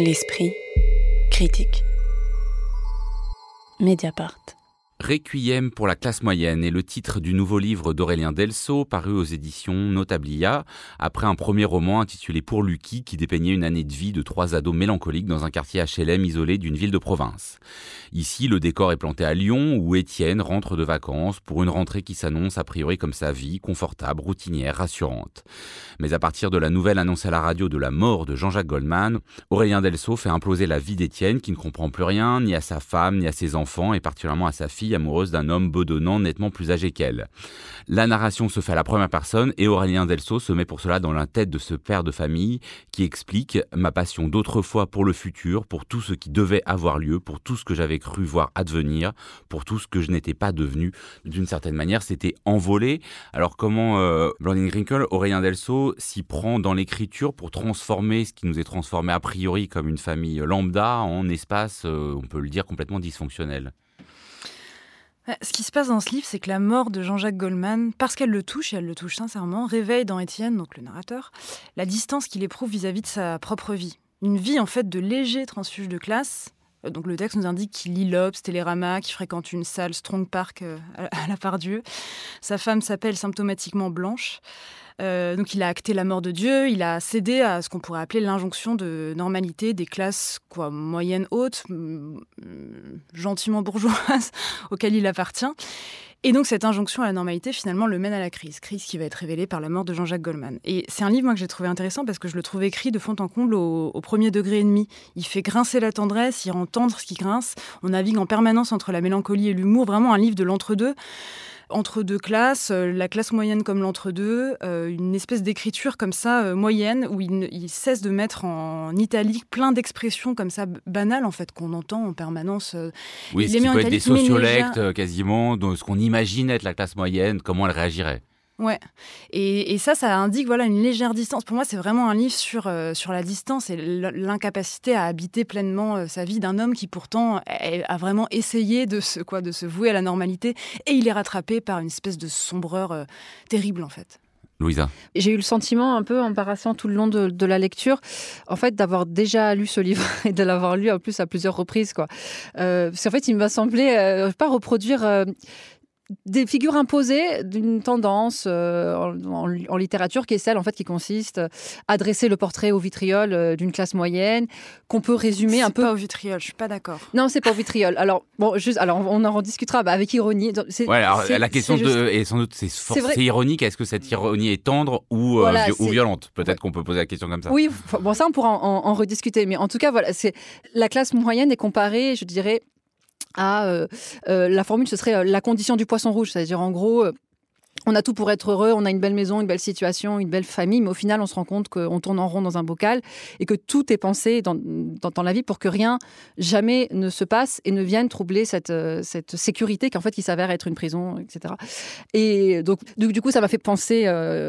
L'esprit critique. Mediapart. Requiem pour la classe moyenne est le titre du nouveau livre d'Aurélien Delceau, paru aux éditions Notabilia, après un premier roman intitulé Pour Lucky, qui dépeignait une année de vie de 3 ados mélancoliques dans un quartier HLM isolé d'une ville de province. Ici, le décor est planté à Lyon, où Étienne rentre de vacances pour une rentrée qui s'annonce a priori comme sa vie, confortable, routinière, rassurante. Mais à partir de la nouvelle annoncée à la radio de la mort de Jean-Jacques Goldman, Aurélien Delceau fait imploser la vie d'Étienne, qui ne comprend plus rien, ni à sa femme, ni à ses enfants, et particulièrement à sa fille, amoureuse d'un homme bedonnant nettement plus âgé qu'elle. La narration se fait à la première personne et Aurélien Delceau se met pour cela dans la tête de ce père de famille qui explique « Ma passion d'autrefois pour le futur, pour tout ce qui devait avoir lieu, pour tout ce que j'avais cru voir advenir, pour tout ce que je n'étais pas devenu. » D'une certaine manière, c'était envolé. Alors comment Blandine Grinkel, Aurélien Delceau s'y prend dans l'écriture pour transformer ce qui nous est transformé a priori comme une famille lambda en espace, on peut le dire, complètement dysfonctionnel? Ce qui se passe dans ce livre, c'est que la mort de Jean-Jacques Goldman, parce qu'elle le touche, et elle le touche sincèrement, réveille dans Étienne, donc le narrateur, la distance qu'il éprouve vis-à-vis de sa propre vie. Une vie en fait de léger transfuge de classe. Donc le texte nous indique qu'il lit l'Obs, Télérama, qu'il fréquente une salle Strong Park à la Pardieu. Sa femme s'appelle symptomatiquement Blanche. Donc il a acté la mort de Dieu, il a cédé à ce qu'on pourrait appeler l'injonction de normalité des classes moyennes hautes, gentiment bourgeoises, auxquelles il appartient. Et donc cette injonction à la normalité finalement le mène à la crise qui va être révélée par la mort de Jean-Jacques Goldman. Et c'est un livre que j'ai trouvé intéressant parce que je le trouve écrit de fond en comble au premier degré et demi. Il fait grincer la tendresse, il rend tendre ce qui grince, on navigue en permanence entre la mélancolie et l'humour, vraiment un livre de l'entre-deux. Entre deux classes, la classe moyenne comme l'entre-deux, une espèce d'écriture comme ça, moyenne, où il cesse de mettre en italique plein d'expressions comme ça, banales en fait, qu'on entend en permanence. Oui, ce qui peut être des sociolectes quasiment, de ce qu'on imagine être la classe moyenne, comment elle réagirait. Ouais, et ça indique une légère distance. Pour moi, c'est vraiment un livre sur la distance et l'incapacité à habiter pleinement sa vie d'un homme qui pourtant a vraiment essayé de se vouer à la normalité et il est rattrapé par une espèce de sombreur terrible en fait. Louisa. J'ai eu le sentiment un peu en paraissant tout le long de la lecture, en fait, d'avoir déjà lu ce livre et de l'avoir lu en plus à plusieurs reprises, quoi. Parce qu'en fait, il m'a semblé pas reproduire des figures imposées d'une tendance en littérature qui est celle en fait qui consiste à dresser le portrait au vitriol d'une classe moyenne qu'on peut résumer un peu. C'est pas au vitriol, je suis pas d'accord. Non, c'est pas au vitriol. Alors on en rediscutera avec ironie. La question est sans doute c'est ironique. Est-ce que cette ironie est tendre ou violente? Peut-être qu'on peut poser la question comme ça. Oui, ça on pourra en rediscuter. Mais en tout cas, c'est la classe moyenne est comparée, je dirais, à la formule, ce serait la condition du poisson rouge, c'est-à-dire en gros on a tout pour être heureux, on a une belle maison, une belle situation, une belle famille, mais au final on se rend compte qu'on tourne en rond dans un bocal et que tout est pensé dans la vie pour que rien jamais ne se passe et ne vienne troubler cette sécurité qui s'avère être une prison, etc. Et donc du coup ça m'a fait penser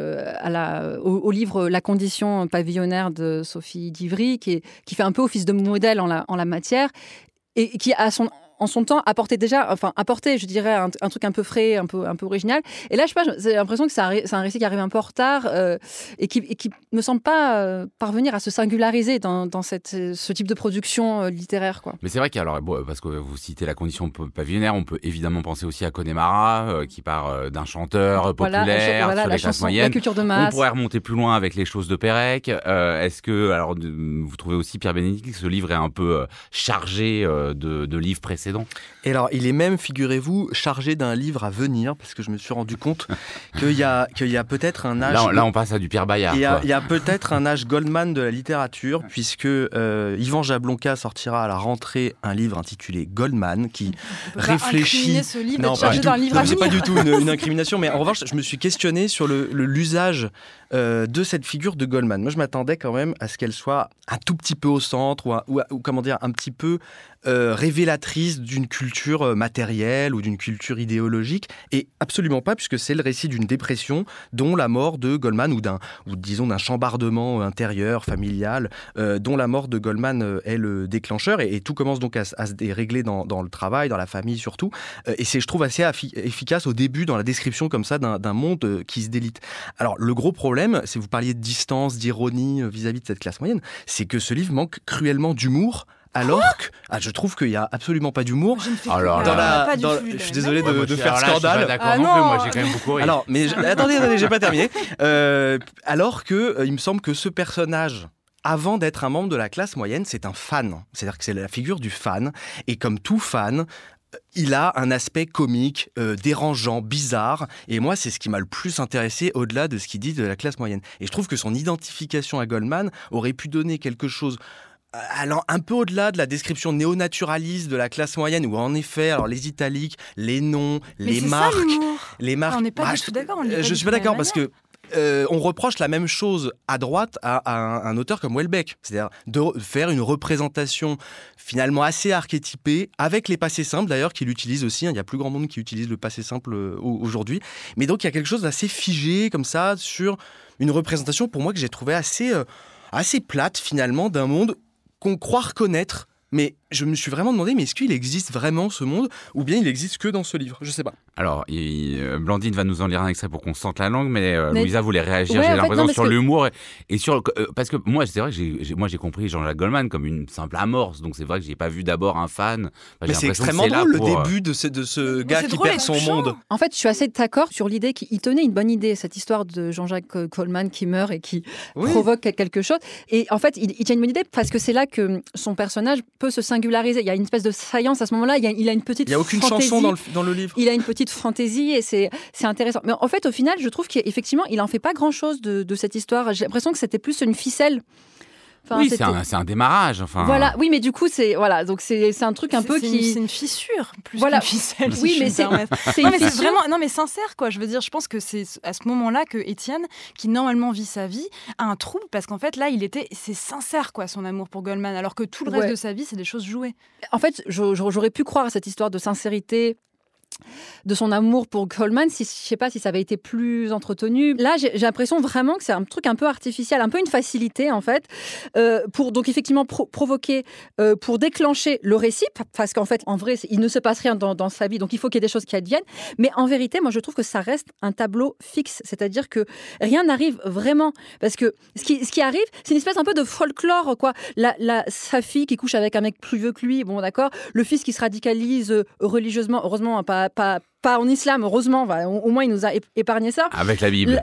au livre La condition pavillonnaire de Sophie Divry qui fait un peu office de modèle en la matière et qui a en son temps, apporter, je dirais, un truc un peu frais, un peu original. Et là, je sais pas, j'ai l'impression que c'est un récit qui arrive un peu en retard et qui me semble pas parvenir à se singulariser dans ce type de production littéraire, quoi. Mais c'est vrai parce que vous citez La condition pavillonnaire, on peut évidemment penser aussi à Connemara, qui part d'un chanteur populaire sur les classes moyennes. La culture de masse. On pourrait remonter plus loin avec Les choses de Pérec. Est-ce que, vous trouvez aussi, Pierre Bénédicte, que ce livre est un peu chargé de livres précédents? Et alors, il est même, figurez-vous, chargé d'un livre à venir, parce que je me suis rendu compte qu'il y a peut-être un âge... Là, on passe à du Pierre Bayard. Il y a peut-être un âge Goldman de la littérature, puisque Yvan Jablonka sortira à la rentrée un livre intitulé Goldman, qui réfléchit... Ce livre non, pas du tout. C'est pas du tout une incrimination, mais en revanche, je me suis questionné sur l'usage de cette figure de Goldman. Moi, je m'attendais quand même à ce qu'elle soit un tout petit peu au centre, ou comment dire, un petit peu révélatrice d'une culture matérielle ou d'une culture idéologique, et absolument pas, puisque c'est le récit d'une dépression dont la mort de Goldman, ou disons d'un chambardement intérieur, familial, dont la mort de Goldman est le déclencheur, et tout commence donc à se dérégler dans le travail, dans la famille surtout, et c'est, je trouve, assez efficace au début dans la description comme ça d'un monde qui se délite. Alors le gros problème, c'est vous parliez de distance, d'ironie vis-à-vis de cette classe moyenne, c'est que ce livre manque cruellement d'humour. Alors que je trouve qu'il n'y a absolument pas d'humour. Je suis désolé de faire scandale. Je suis pas d'accord non plus, moi j'ai quand même beaucoup ri. Alors, mais attendez, j'ai pas terminé. Alors que il me semble que ce personnage, avant d'être un membre de la classe moyenne, c'est un fan. C'est-à-dire que c'est la figure du fan. Et comme tout fan, il a un aspect comique, dérangeant, bizarre. Et moi, c'est ce qui m'a le plus intéressé au-delà de ce qu'il dit de la classe moyenne. Et je trouve que son identification à Goldman aurait pu donner quelque chose allant un peu au-delà de la description néo-naturaliste de la classe moyenne, où en effet, alors les italiques, les noms, les marques... On n'est pas du tout d'accord. Je suis pas d'accord parce que on reproche la même chose à droite à un auteur comme Houellebecq, c'est-à-dire de faire une représentation finalement assez archétypée, avec les passés simples d'ailleurs qu'il utilise aussi, il y a plus grand monde qui utilise le passé simple aujourd'hui, mais donc il y a quelque chose d'assez figé comme ça sur une représentation pour moi que j'ai trouvé assez plate finalement d'un monde qu'on croit reconnaître. Mais je me suis vraiment demandé, mais est-ce qu'il existe vraiment ce monde, ou bien il existe que dans ce livre ? Je sais pas. Alors, Blandine va nous en lire un extrait pour qu'on sente la langue, mais Louisa voulait réagir, j'ai l'impression, sur l'humour et sur... parce que moi, c'est vrai que j'ai compris Jean-Jacques Goldman comme une simple amorce, donc c'est vrai que j'ai pas vu d'abord un fan. Mais c'est extrêmement drôle le début de ce gars qui perd son monde. En fait, je suis assez d'accord sur l'idée qu'il tenait une bonne idée, cette histoire de Jean-Jacques Goldman qui meurt et qui provoque quelque chose. Et en fait, il tient une bonne idée parce que c'est là que son personnage peut se singulariser. Il y a une espèce de saillance à ce moment-là. Il a une petite. Il n'y a aucune chanson dans le livre. Il a une petite fantaisie et c'est intéressant. Mais en fait, au final, je trouve qu'effectivement, il en fait pas grand-chose de cette histoire. J'ai l'impression que c'était plus une ficelle. Enfin, oui, c'est un démarrage. Enfin... Voilà, oui, mais du coup, c'est un truc un peu qui. C'est une fissure plus qu'une ficelle. Oui, mais c'est vraiment, non, mais sincère, quoi. Je veux dire, je pense que c'est à ce moment-là que Étienne, qui normalement vit sa vie, a un trouble parce qu'en fait, là, c'est sincère, quoi, son amour pour Goldman, alors que tout le reste de sa vie, c'est des choses jouées. En fait, j'aurais pu croire à cette histoire de sincérité, de son amour pour Goldman, je sais pas si ça avait été plus entretenu. Là, j'ai l'impression vraiment que c'est un truc un peu artificiel, un peu une facilité en fait, pour donc effectivement provoquer, pour déclencher le récit, parce qu'en fait, en vrai, il ne se passe rien dans sa vie, donc il faut qu'il y ait des choses qui adviennent. Mais en vérité, moi, je trouve que ça reste un tableau fixe, c'est-à-dire que rien n'arrive vraiment, parce que ce qui arrive, c'est une espèce un peu de folklore, quoi. Sa fille qui couche avec un mec plus vieux que lui, bon d'accord, le fils qui se radicalise religieusement, heureusement, pas en islam, heureusement, au moins il nous a épargné ça. Avec la Bible.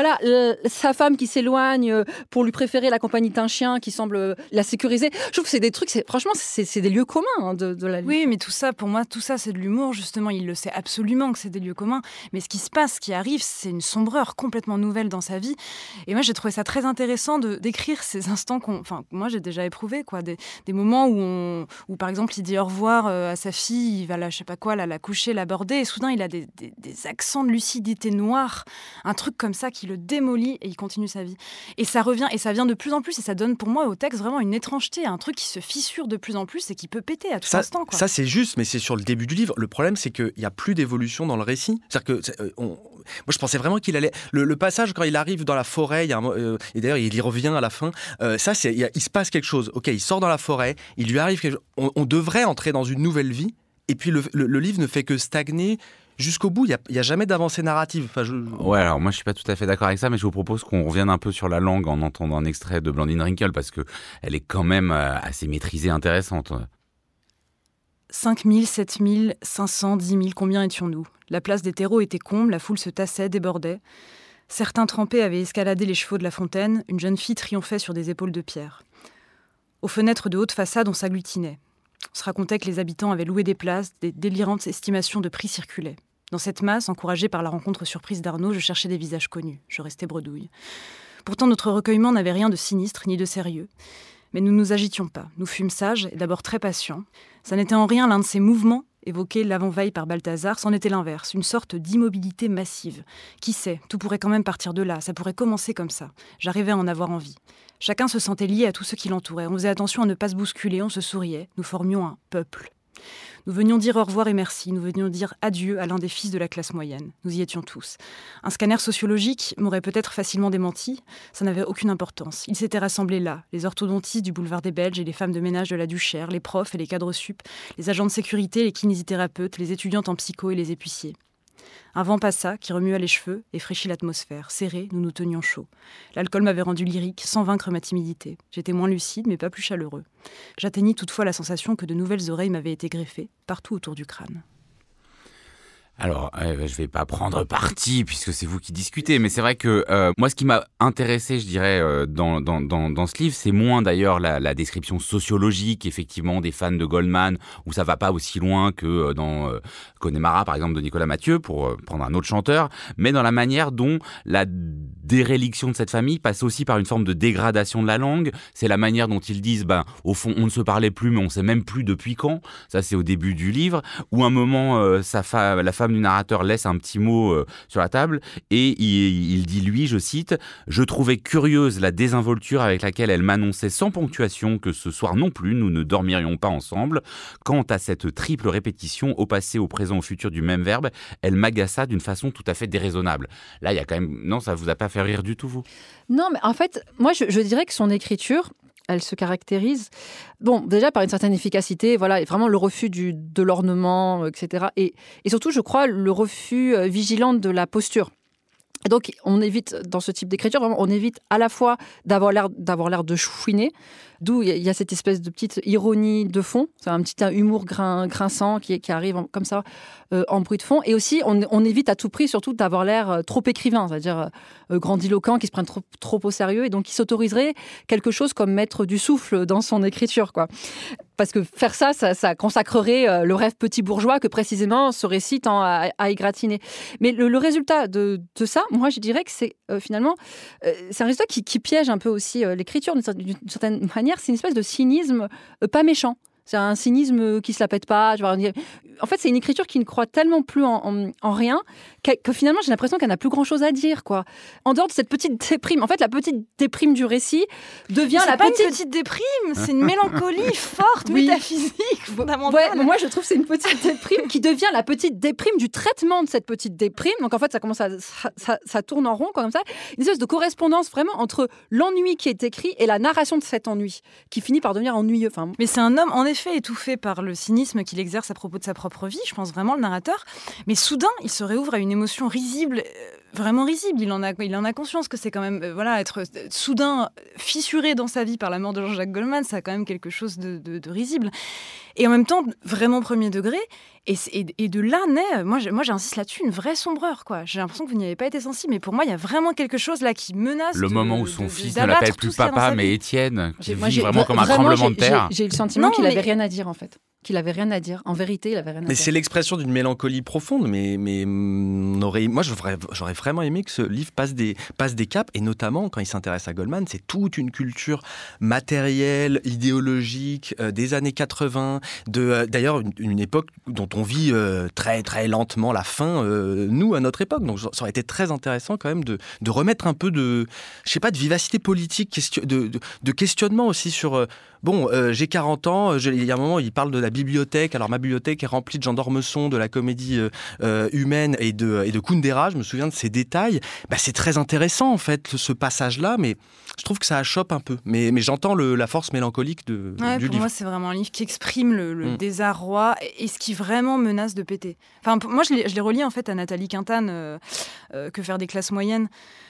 Sa femme qui s'éloigne pour lui préférer la compagnie d'un chien qui semble la sécuriser. Je trouve que c'est des trucs, franchement, c'est des lieux communs de la vie. Oui, mais tout ça, pour moi, c'est de l'humour, justement. Il le sait absolument que c'est des lieux communs. Mais ce qui se passe, ce qui arrive, c'est une sombreur complètement nouvelle dans sa vie. Et moi, j'ai trouvé ça très intéressant d'écrire ces instants moi, j'ai déjà éprouvé, quoi. Des moments où, par exemple, il dit au revoir à sa fille, il va la coucher, l'aborder, et soudain, il a des accents de lucidité noire, un truc comme ça qui le démolit et il continue sa vie. Et ça revient, et ça vient de plus en plus, et ça donne pour moi au texte vraiment une étrangeté, un truc qui se fissure de plus en plus et qui peut péter à tout instant, quoi. Ça, c'est juste, mais c'est sur le début du livre. Le problème, c'est qu'il n'y a plus d'évolution dans le récit. C'est-à-dire que moi, je pensais vraiment qu'il allait... Le passage, quand il arrive dans la forêt, et d'ailleurs, il y revient à la fin, il se passe quelque chose. Ok, il sort dans la forêt, il lui arrive quelque chose. On devrait entrer dans une nouvelle vie, et puis le livre ne fait que stagner jusqu'au bout. Il n'y a jamais d'avancée narrative. Ouais, alors moi je suis pas tout à fait d'accord avec ça, mais je vous propose qu'on revienne un peu sur la langue en entendant un extrait de Blandine Rinkel, parce qu'elle est quand même assez maîtrisée, intéressante. 5 000, 7 000, 500, 10 000, combien étions-nous ? La place des terreaux était comble, la foule se tassait, débordait. Certains trempés avaient escaladé les chevaux de la fontaine, une jeune fille triomphait sur des épaules de pierre. Aux fenêtres de haute façade, on s'agglutinait. On se racontait que les habitants avaient loué des places, des délirantes estimations de prix circulaient. Dans cette masse, encouragée par la rencontre surprise d'Arnaud, je cherchais des visages connus. Je restais bredouille. Pourtant, notre recueillement n'avait rien de sinistre ni de sérieux. Mais nous ne nous agitions pas. Nous fûmes sages et d'abord très patients. Ça n'était en rien l'un de ces mouvements évoqués l'avant-veille par Balthazar, c'en était l'inverse, une sorte d'immobilité massive. Qui sait, tout pourrait quand même partir de là, ça pourrait commencer comme ça. J'arrivais à en avoir envie. Chacun se sentait lié à tout ce qui l'entourait. On faisait attention à ne pas se bousculer, on se souriait. Nous formions un peuple. Nous venions dire au revoir et merci, nous venions dire adieu à l'un des fils de la classe moyenne. Nous y étions tous. Un scanner sociologique m'aurait peut-être facilement démenti, ça n'avait aucune importance. Ils s'étaient rassemblés là, les orthodontistes du boulevard des Belges et les femmes de ménage de la Duchère, les profs et les cadres sup, les agents de sécurité, les kinésithérapeutes, les étudiantes en psycho et les épiciers. Un vent passa, qui remua les cheveux et fraîchit l'atmosphère. Serrés, nous nous tenions chaud. L'alcool m'avait rendu lyrique, sans vaincre ma timidité. J'étais moins lucide, mais pas plus chaleureux. J'atteignis toutefois la sensation que de nouvelles oreilles m'avaient été greffées, partout autour du crâne. Alors, je vais pas prendre parti puisque c'est vous qui discutez, mais c'est vrai que moi, ce qui m'a intéressé, je dirais, dans ce livre, c'est moins d'ailleurs la description sociologique, effectivement, des fans de Goldman, où ça va pas aussi loin que dans Connemara, par exemple, de Nicolas Mathieu, pour prendre un autre chanteur, mais dans la manière dont la déréliction de cette famille passe aussi par une forme de dégradation de la langue. C'est la manière dont ils disent, au fond, on ne se parlait plus, mais on sait même plus depuis quand. Ça, c'est au début du livre, où un moment, la femme du narrateur laisse un petit mot sur la table et il dit, lui, je cite, « Je trouvais curieuse la désinvolture avec laquelle elle m'annonçait sans ponctuation que ce soir non plus, nous ne dormirions pas ensemble. Quant à cette triple répétition au passé, au présent, au futur du même verbe, elle m'agaça d'une façon tout à fait déraisonnable. » Là, il y a quand même... Non, ça vous a pas fait rire du tout, vous ? Non, mais en fait, moi, je dirais que son écriture... Elle se caractérise, déjà par une certaine efficacité, voilà, et vraiment le refus de l'ornement, etc. Et surtout, je crois, le refus vigilant de la posture. Et donc, on évite, dans ce type d'écriture, vraiment, on évite à la fois d'avoir l'air de chouiner, d'où il y a cette espèce de petite ironie de fond, c'est un petit humour grinçant qui arrive comme ça en bruit de fond. Et aussi, on évite à tout prix, surtout, d'avoir l'air trop écrivain, c'est-à-dire grandiloquent, qui se prenne trop au sérieux, et donc qui s'autoriserait quelque chose comme mettre du souffle dans son écriture, quoi. Parce que faire ça consacrerait le rêve petit bourgeois que précisément ce récit tend à égratigner. Mais le résultat de ça, moi je dirais que c'est finalement, c'est un résultat qui piège un peu aussi l'écriture d'une certaine manière. C'est une espèce de cynisme pas méchant. C'est un cynisme qui se la pète pas. En fait, c'est une écriture qui ne croit tellement plus en rien que finalement, j'ai l'impression qu'elle n'a plus grand-chose à dire, quoi. En dehors de cette petite déprime. En fait, la petite déprime du récit devient la petite déprime. C'est une mélancolie forte, métaphysique, fondamentale. Ouais, moi, je trouve que c'est une petite déprime qui devient la petite déprime du traitement de cette petite déprime. Donc, en fait, ça tourne en rond, comme ça. Une espèce de correspondance vraiment entre l'ennui qui est écrit et la narration de cet ennui, qui finit par devenir ennuyeux. Enfin, mais c'est un homme, en effet, étouffé par le cynisme qu'il exerce à propos de sa propre vie, je pense vraiment, le narrateur. Mais soudain, il se réouvre à une émotion risible, vraiment risible. Il en a conscience que c'est quand même, être soudain fissuré dans sa vie par la mort de Jean-Jacques Goldman, ça a quand même quelque chose de risible. Et en même temps, vraiment premier degré. Et de là naît, moi j'insiste là-dessus, une vraie sombreur, quoi. J'ai l'impression que vous n'y avez pas été sensible, mais pour moi, il y a vraiment quelque chose là qui menace. Le moment où son fils ne l'appelle plus papa, mais Étienne, qui vit vraiment comme un vraiment, tremblement de terre. J'ai eu le sentiment qu'il n'avait rien à dire, en fait. Qu'il avait rien à dire. En vérité, il avait rien à dire. Mais c'est l'expression d'une mélancolie profonde. Mais moi, j'aurais vraiment aimé que ce livre passe des caps. Et notamment, quand il s'intéresse à Goldman, c'est toute une culture matérielle, idéologique, des années 80. D'ailleurs, une époque dont on vit très, très lentement la fin, nous, à notre époque. Donc, ça aurait été très intéressant quand même de remettre un peu de vivacité politique, de questionnement aussi sur... j'ai 40 ans, il y a un moment, il parle de la bibliothèque. Alors, ma bibliothèque est remplie de Jean d'Ormesson, de la comédie humaine et de Kundera. Je me souviens de ces détails. C'est très intéressant, en fait, ce passage-là, mais je trouve que ça achoppe un peu. Mais j'entends la force mélancolique du livre. Pour moi, c'est vraiment un livre qui exprime le désarroi et ce qui vraiment menace de péter. Enfin, moi, je l'ai relié, en fait, à Nathalie Quintane, Que faire des classes moyennes.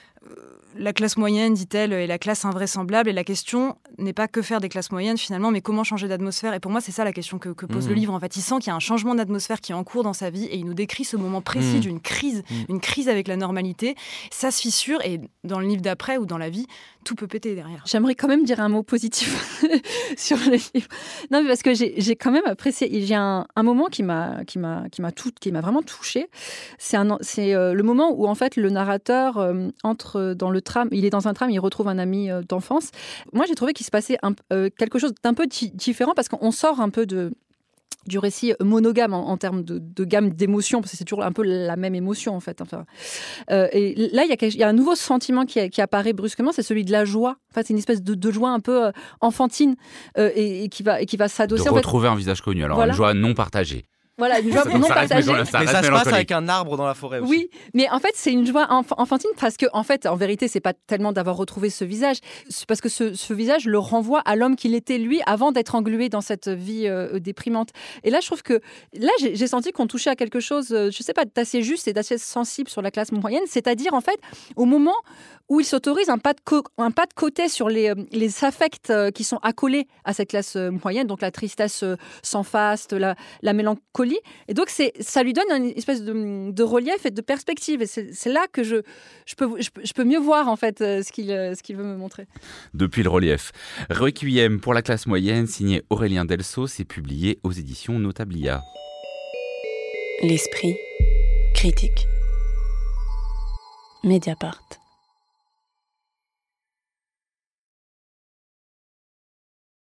La classe moyenne, dit-elle, est la classe invraisemblable. Et la question n'est pas que faire des classes moyennes, finalement, mais comment changer d'atmosphère. Et pour moi, c'est ça la question que pose le livre. En fait, il sent qu'il y a un changement d'atmosphère qui est en cours dans sa vie et il nous décrit ce moment précis d'une crise, une crise avec la normalité. Ça se fissure et dans le livre d'après ou dans la vie, tout peut péter derrière. J'aimerais quand même dire un mot positif sur le livre. Non, mais parce que j'ai quand même apprécié. J'ai un moment qui m'a vraiment touchée. C'est le moment où, en fait, le narrateur entre dans le tram. Il est dans un tram, il retrouve un ami d'enfance. Moi, j'ai trouvé qu'il se passait quelque chose d'un peu différent parce qu'on sort un peu de du récit monogame en termes de gamme d'émotions, parce que c'est toujours un peu la même émotion en fait. Enfin, et là, il y a un nouveau sentiment qui apparaît brusquement, c'est celui de la joie. En fait, c'est une espèce de joie un peu enfantine et qui va s'adosser. De retrouver un visage connu, alors une joie non partagée. Voilà, une joie non partagée. Mais ça se passe avec un arbre dans la forêt aussi. Oui, mais en fait, c'est une joie enfantine parce que, en fait, en vérité, c'est pas tellement d'avoir retrouvé ce visage, c'est parce que ce visage le renvoie à l'homme qu'il était lui avant d'être englué dans cette vie déprimante. Et là, je trouve que j'ai senti qu'on touchait à quelque chose, je sais pas, d'assez juste et d'assez sensible sur la classe moyenne, c'est-à-dire en fait au moment où il s'autorise un pas de côté sur les affects qui sont accolés à cette classe moyenne, donc la tristesse sans faste, la mélancolie. Et donc, ça lui donne une espèce de relief et de perspective. Et c'est là que je peux mieux voir, en fait, ce qu'il veut me montrer. Depuis le relief. Requiem pour la classe moyenne, signé Aurélien Delso, c'est publié aux éditions Notablia. L'esprit critique. Mediapart.